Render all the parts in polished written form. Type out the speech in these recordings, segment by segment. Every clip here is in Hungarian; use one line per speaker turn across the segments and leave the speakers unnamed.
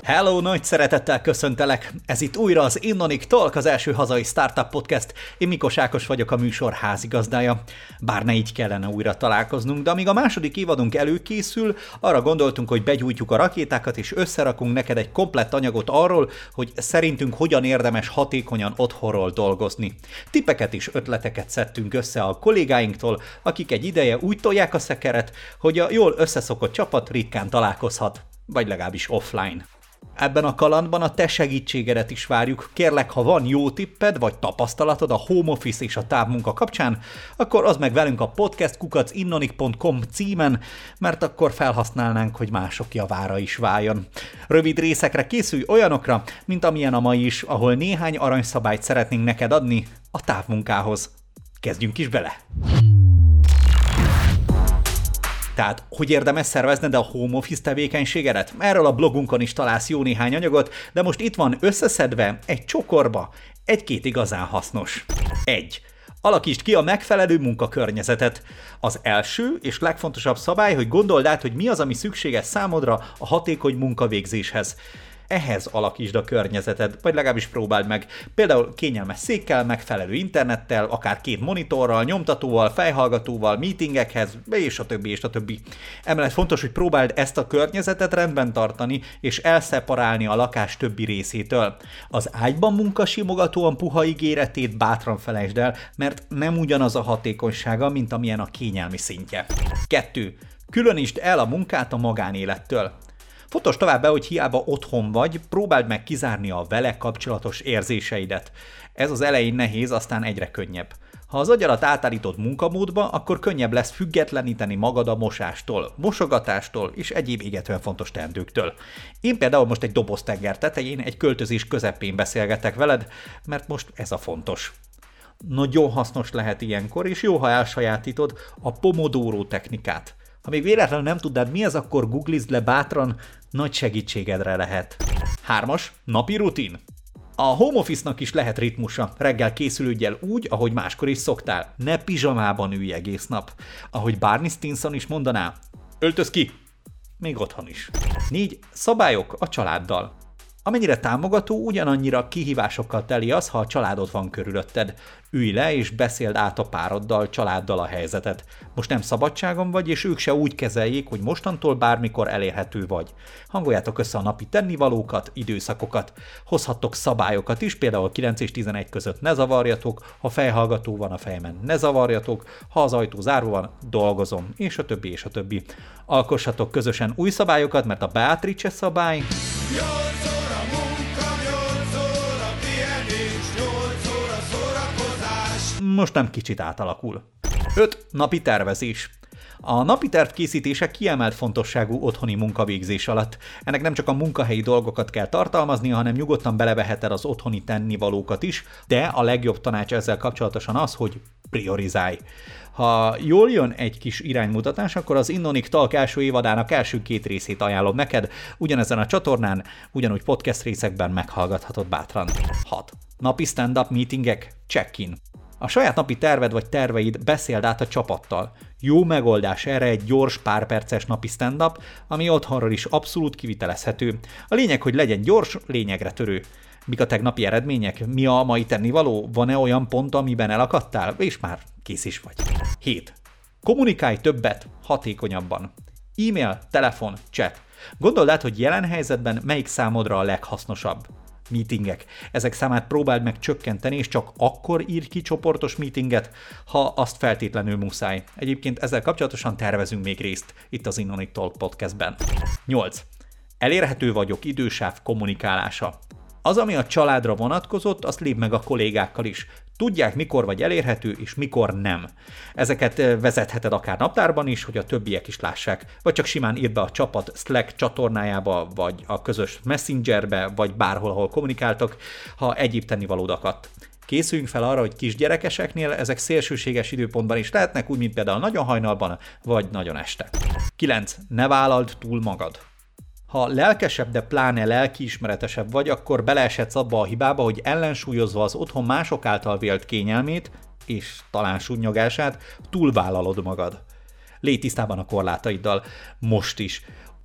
Hello, nagy szeretettel köszöntelek! Ez itt újra az Innonic Talk, az első hazai startup podcast. Én Mikos Ákos vagyok, a műsor házigazdája. Bár ne így kellene újra találkoznunk, de amíg a második évadunk előkészül, arra gondoltunk, hogy begyújtjuk a rakétákat, és összerakunk neked egy komplett anyagot arról, hogy szerintünk hogyan érdemes hatékonyan otthonról dolgozni. Tippeket és ötleteket szedtünk össze a kollégáinktól, akik egy ideje úgy tolják a szekeret, hogy a jól összeszokott csapat ritkán találkozhat, vagy legalábbis offline. Ebben a kalandban a te segítségedet is várjuk. Kérlek, ha van jó tipped vagy tapasztalatod a home office és a távmunka kapcsán, akkor oszd meg velünk a podcast@innonic.com címen, mert akkor felhasználnánk, hogy mások javára is váljon. Rövid részekre készülj olyanokra, mint amilyen a mai is, ahol néhány aranyszabályt szeretnénk neked adni a távmunkához. Kezdjünk is bele! Tehát, hogy érdemes szervezned a home office tevékenységedet? Erről a blogunkon is találsz jó néhány anyagot, de most itt van összeszedve egy csokorba egy-két igazán hasznos. 1. Alakítsd ki a megfelelő munkakörnyezetet. Az első és legfontosabb szabály, hogy gondold át, hogy mi az, ami szükséges számodra a hatékony munkavégzéshez. Ehhez alakítsd a környezeted, vagy legalábbis próbáld meg. Például kényelmes székkel, megfelelő internettel, akár 2 monitorral, nyomtatóval, fejhallgatóval, meetingekhez, és a többi, és a többi. Emellett fontos, hogy próbáld ezt a környezetet rendben tartani, és elszeparálni a lakás többi részétől. Az ágyban munkasimogatóan puha ígéretét bátran felejtsd el, mert nem ugyanaz a hatékonysága, mint amilyen a kényelmi szintje. 2. Különítsd el a munkát a magánélettől. Fontos továbbá, hogy hiába otthon vagy, próbáld meg kizárni a vele kapcsolatos érzéseidet. Ez az elején nehéz, aztán egyre könnyebb. Ha az agyadat átállítod munkamódba, akkor könnyebb lesz függetleníteni magad a mosástól, mosogatástól és egyéb égetően fontos teendőktől. Én például most egy doboztenger tetején, egy költözés közepén beszélgetek veled, mert most ez a fontos. Nagyon hasznos lehet ilyenkor, és jó, ha elsajátítod a Pomodoro technikát. Ha még véletlenül nem tudnád mi az, akkor googlizd le bátran, nagy segítségedre lehet. 3. Napi rutin. A home office-nak is lehet ritmusa. Reggel készülődj el úgy, ahogy máskor is szoktál. Ne pizsamában ülj egész nap. Ahogy Barney Stinson is mondaná, öltöz ki! Még otthon is. 4. Szabályok a családdal. Amennyire támogató, ugyanannyira kihívásokkal teli az, ha a családod van körülötted. Ülj le és beszéld át a pároddal, családdal a helyzetet. Most nem szabadságon vagy, és ők se úgy kezeljék, hogy mostantól bármikor elérhető vagy. Hangoljátok össze a napi tennivalókat, időszakokat. Hozhattok szabályokat is, például 9 és 11 között ne zavarjatok, ha fejhallgató van a fejben, ne zavarjatok, ha az ajtó zárva van, dolgozom, és a többi, és a többi. Alkossatok közösen új szabályokat, mert a Beatrice szabály... most nem kicsit átalakul. 5. Napi tervezés. A napi terv készítése kiemelt fontosságú otthoni munkavégzés alatt. Ennek nem csak a munkahelyi dolgokat kell tartalmaznia, hanem nyugodtan beleveheted az otthoni tennivalókat is, de a legjobb tanács ezzel kapcsolatosan az, hogy priorizálj. Ha jól jön egy kis iránymutatás, akkor az Innonic Talk első évadának első 2 részét ajánlom neked, ugyanezen a csatornán, ugyanúgy podcast részekben meghallgathatod bátran. 6. Napi stand-up meetingek, check-in. A saját napi terved vagy terveid beszéld át a csapattal. Jó megoldás erre egy gyors, pár perces napi stand-up, ami otthonról is abszolút kivitelezhető. A lényeg, hogy legyen gyors, lényegre törő. Mik a tegnapi eredmények? Mi a mai tennivaló? Van-e olyan pont, amiben elakadtál? És már kész is vagy. 7. Kommunikálj többet, hatékonyabban. E-mail, telefon, chat. Gondold át, hogy jelen helyzetben melyik számodra a leghasznosabb. Meetingek. Ezek számát próbáld meg csökkenteni, és csak akkor írj ki csoportos meetinget, ha azt feltétlenül muszáj. Egyébként ezzel kapcsolatosan tervezünk még részt itt az Innonic Talk podcastben. 8. Elérhető vagyok idősáv kommunikálása. Az, ami a családra vonatkozott, azt lépd meg a kollégákkal is. Tudják, mikor vagy elérhető, és mikor nem. Ezeket vezetheted akár naptárban is, hogy a többiek is lássák, vagy csak simán írd be a csapat Slack csatornájába, vagy a közös Messengerbe, vagy bárhol, ahol kommunikáltok, ha egyéb tennivalód akadt. Készüljünk fel arra, hogy kisgyerekeseknél ezek szélsőséges időpontban is lehetnek, úgy, mint például nagyon hajnalban, vagy nagyon este. 9. Ne vállald túl magad. Ha lelkesebb, de pláne lelkiismeretesebb vagy, akkor beleeshetsz abba a hibába, hogy ellensúlyozva az otthon mások által vélt kényelmét, és talán sunnyogását, túlvállalod magad. Légy tisztában a korlátaiddal, most is.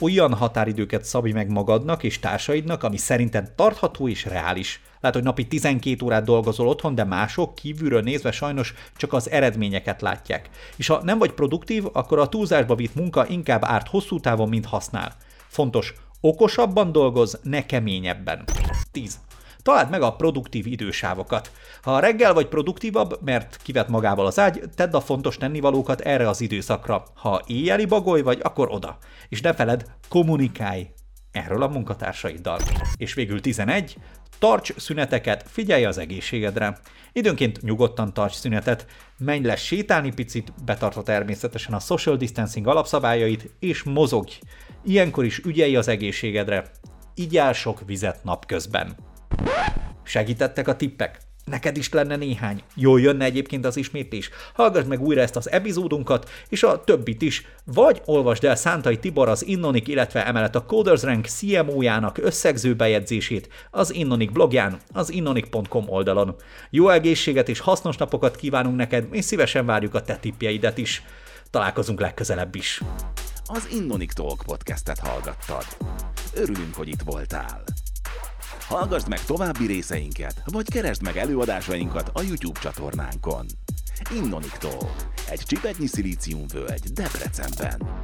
olyan határidőket szabj meg magadnak és társaidnak, ami szerinted tartható és reális. Lehet, hogy napi 12 órát dolgozol otthon, de mások kívülről nézve sajnos csak az eredményeket látják. És ha nem vagy produktív, akkor a túlzásba vitt munka inkább árt hosszú távon, mint használ. Fontos, okosabban dolgozz, ne keményebben. 10. Találd meg a produktív idősávokat. Ha reggel vagy produktívabb, mert kivett magával az ágy, tedd a fontos tennivalókat erre az időszakra. Ha éjjeli bagoly vagy, akkor oda. És ne feledd, kommunikálj erről a munkatársaiddal. És végül 11. Tarts szüneteket, figyelj az egészségedre. Időnként nyugodtan tarts szünetet, menj le sétálni picit, betartva természetesen a social distancing alapszabályait, és mozogj. Ilyenkor is ügyelj az egészségedre. Igyál sok vizet napközben. Segítettek a tippek? Neked is lenne néhány. Jól jönne egyébként az ismétlés. Hallgass meg újra ezt az epizódunkat, és a többit is, vagy olvasd el Szántai Tibor az Innonic, illetve emellett a Coders Rank CMO-jának összegző bejegyzését az Innonic blogján, az innonic.com oldalon. Jó egészséget és hasznos napokat kívánunk neked, és szívesen várjuk a te tippjeidet is. Találkozunk legközelebb is.
Az Innonic Talk podcastet hallgattad. Örülünk, hogy itt voltál. Hallgasd meg további részeinket, vagy keresd meg előadásainkat a YouTube csatornánkon. Innonic Talk, egy csipetnyi szilíciumvölgy Debrecenben.